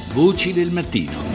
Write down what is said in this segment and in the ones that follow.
Voci del mattino.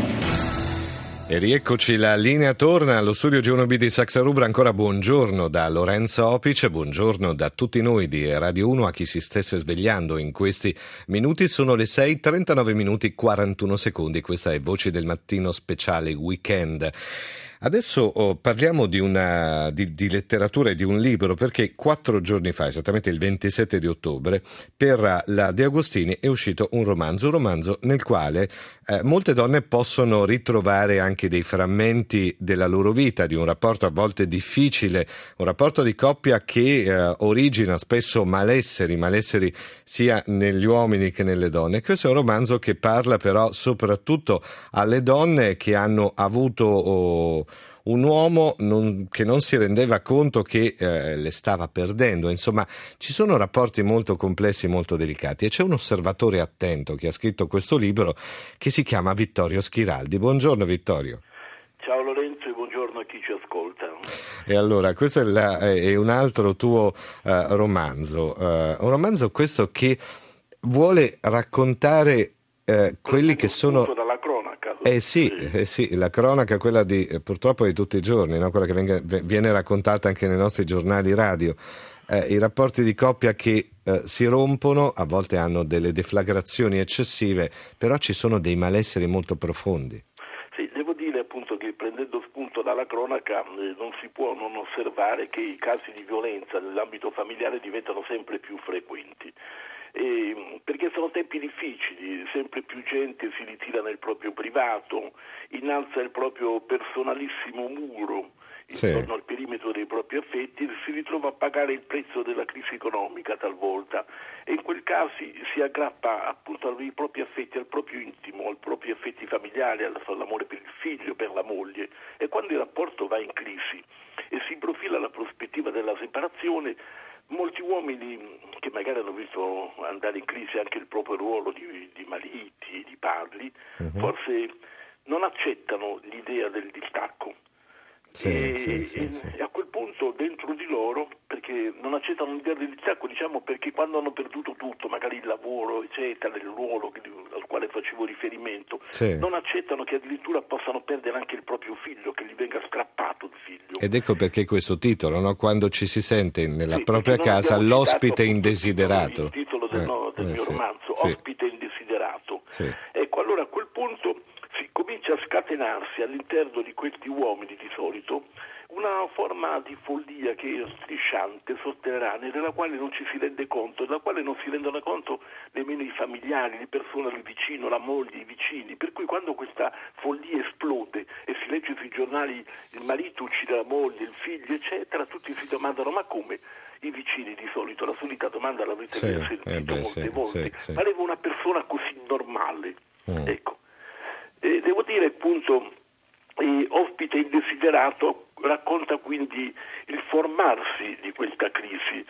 E rieccoci, la linea torna allo studio G1B di Saxa Rubra. Ancora buongiorno da Lorenzo Opice, buongiorno da tutti noi di Radio 1, a chi si stesse svegliando in questi minuti. Sono le 6:39 minuti 41 secondi, questa è Voci del Mattino speciale weekend. Adesso parliamo di letteratura e di un libro, perché 4 giorni fa, esattamente il 27 di ottobre, per la De Agostini è uscito un romanzo nel quale molte donne possono ritrovare anche dei frammenti della loro vita, di un rapporto a volte difficile, un rapporto di coppia che origina spesso malesseri sia negli uomini che nelle donne. Questo è un romanzo che parla però soprattutto alle donne che hanno avuto un uomo che non si rendeva conto che le stava perdendo. Insomma, ci sono rapporti molto complessi, molto delicati, e c'è un osservatore attento che ha scritto questo libro, che si chiama Vittorio Schiraldi. Buongiorno Vittorio. Ciao Lorenzo e buongiorno a chi ci ascolta. E allora, questo è un altro tuo romanzo, un romanzo questo che vuole raccontare quelli che sono... dalla cronaca. Sì, la cronaca, quella purtroppo di tutti i giorni, no? Quella che viene raccontata anche nei nostri giornali radio. I rapporti di coppia che si rompono, a volte hanno delle deflagrazioni eccessive, però ci sono dei malesseri molto profondi. Sì, devo dire appunto che prendendo spunto dalla cronaca non si può non osservare che i casi di violenza nell'ambito familiare diventano sempre più frequenti. Perché sono tempi difficili, sempre più gente si ritira nel proprio privato, innalza il proprio personalissimo muro intorno al perimetro dei propri affetti, si ritrova a pagare il prezzo della crisi economica talvolta, e in quel caso si aggrappa appunto ai propri affetti, al proprio intimo, ai propri affetti familiari, all'amore per il figlio, per la moglie, e quando il rapporto va in crisi e si profila la prospettiva della separazione, molti uomini che magari hanno visto andare in crisi anche il proprio ruolo di mariti, di padri, forse non accettano l'idea del distacco. E a quel punto dentro di loro, perché non accettano l'idea del distacco, diciamo, perché quando hanno perduto tutto, magari il lavoro, eccetera, il ruolo al quale facevo riferimento, non accettano che addirittura possano perdere anche il proprio figlio, che gli venga strappato il figlio. Ed ecco perché questo titolo, no? Quando ci si sente nella propria casa l'ospite indesiderato. Il titolo del mio romanzo, Ospite indesiderato. Ecco, allora a quel punto si comincia a scatenarsi all'interno di questi uomini di solito una forma di follia che è strisciante, sotterranea, della quale non ci si rende conto, della quale non si rendono conto nemmeno i familiari, le persone lì vicino, la moglie, i vicini, per cui quando questa follia esplode e si legge sui giornali il marito uccide la moglie, il figlio, eccetera, tutti si domandano: ma come? I vicini di solito, la solita domanda l'avrete sentito molte volte, pareva una persona così normale, ecco. Devo dire appunto, Ospite indesiderato racconta quindi il formarsi di questa crisi,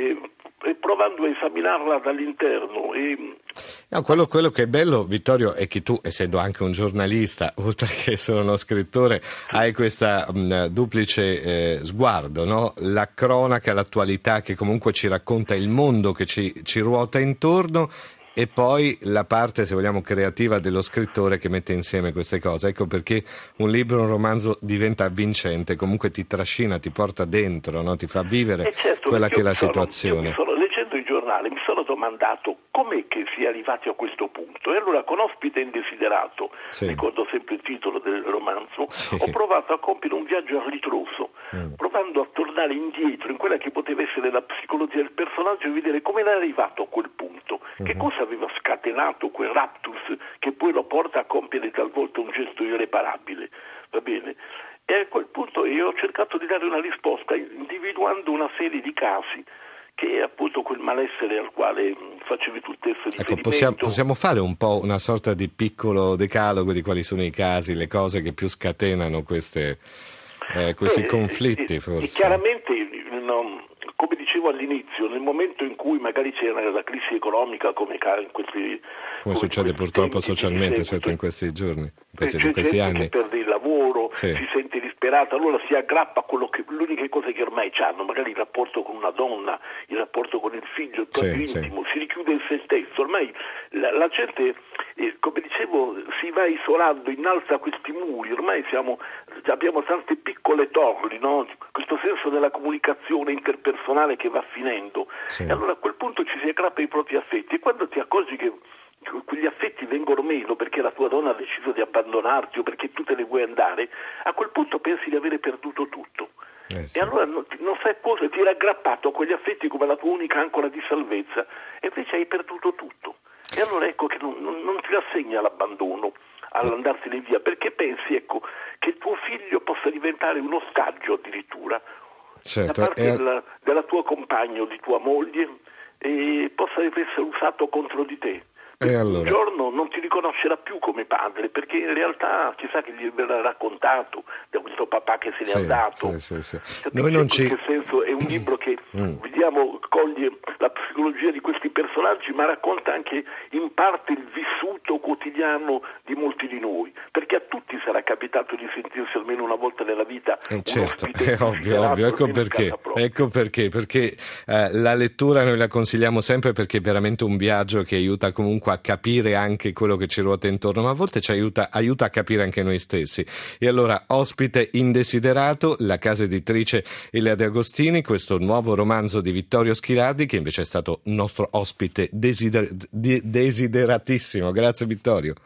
e provando a esaminarla dall'interno. No, quello che è bello, Vittorio, è che tu, essendo anche un giornalista, oltre che essere uno scrittore, hai questa duplice sguardo, no? La cronaca, l'attualità che comunque ci racconta il mondo che ci ruota intorno, e poi la parte, se vogliamo, creativa dello scrittore che mette insieme queste cose. Ecco perché un libro, un romanzo diventa avvincente, comunque ti trascina, ti porta dentro, no? Ti fa vivere quella che è la situazione. Leggendo i giornali mi sono domandato com'è che si è arrivati a questo punto, e allora con Ospite indesiderato, ricordo sempre il titolo del romanzo, ho provato a compiere un viaggio a ritroso, provando a tornare indietro in quella che poteva essere la psicologia del personaggio e vedere come era arrivato a quel punto, che cosa aveva scatenato quel raptus che poi lo porta a compiere talvolta un gesto irreparabile, va bene? E a quel punto io ho cercato di dare una risposta individuando una serie di casi che è appunto quel malessere al quale facevi tu stesso riferimento. Ecco, possiamo fare un po' una sorta di piccolo decalogo di quali sono i casi, le cose che più scatenano questi conflitti, forse. Chiaramente, come dicevo all'inizio, nel momento in cui magari c'era la crisi economica, come succede purtroppo socialmente, certo, in questi giorni, in questi anni, che perde il lavoro, si sente disperata, allora si aggrappa a l'unica cosa che ormai hanno, magari il rapporto con una donna, il rapporto con il figlio, il proprio intimo, si richiude in se stesso. Ormai la gente, come dicevo, si va isolando, innalza questi muri, ormai abbiamo tante piccole torri, no? Questo senso della comunicazione interpersonale che va finendo, sì. E allora a quel punto ci si aggrappa ai propri affetti, e quando ti accorgi che quegli affetti vengono meno perché la tua donna ha deciso di abbandonarti o perché tu te ne vuoi andare, a quel punto pensi di avere perduto tutto. Sì. E allora non sai cosa, ti eri aggrappato a quegli affetti come la tua unica ancora di salvezza, e invece hai perduto tutto. E allora ecco che non ti rassegni all'abbandono, all'andarsene via, perché pensi, ecco, che il tuo figlio possa diventare un ostaggio addirittura, certo, da parte della tua compagna o di tua moglie, e possa essere usato contro di te. Allora, un giorno non ti riconoscerà più come padre, perché in realtà chissà che gli verrà raccontato da questo papà che se n'è andato. Sì. Noi non ci... In che senso è un libro che vediamo, coglie la psicologia di questi personaggi, ma racconta anche in parte il vissuto quotidiano di molti di noi, perché a tutti sarà capitato di sentirsi almeno una volta nella vita certo, è ovvio, ecco perché la lettura noi la consigliamo sempre, perché è veramente un viaggio che aiuta comunque a capire anche quello che ci ruota intorno, ma a volte ci aiuta a capire anche noi stessi. E allora, Ospite indesiderato, la casa editrice Elia De Agostini, questo nuovo romanzo di Vittorio Schiraldi, che invece è stato un nostro ospite desideratissimo. Grazie Vittorio.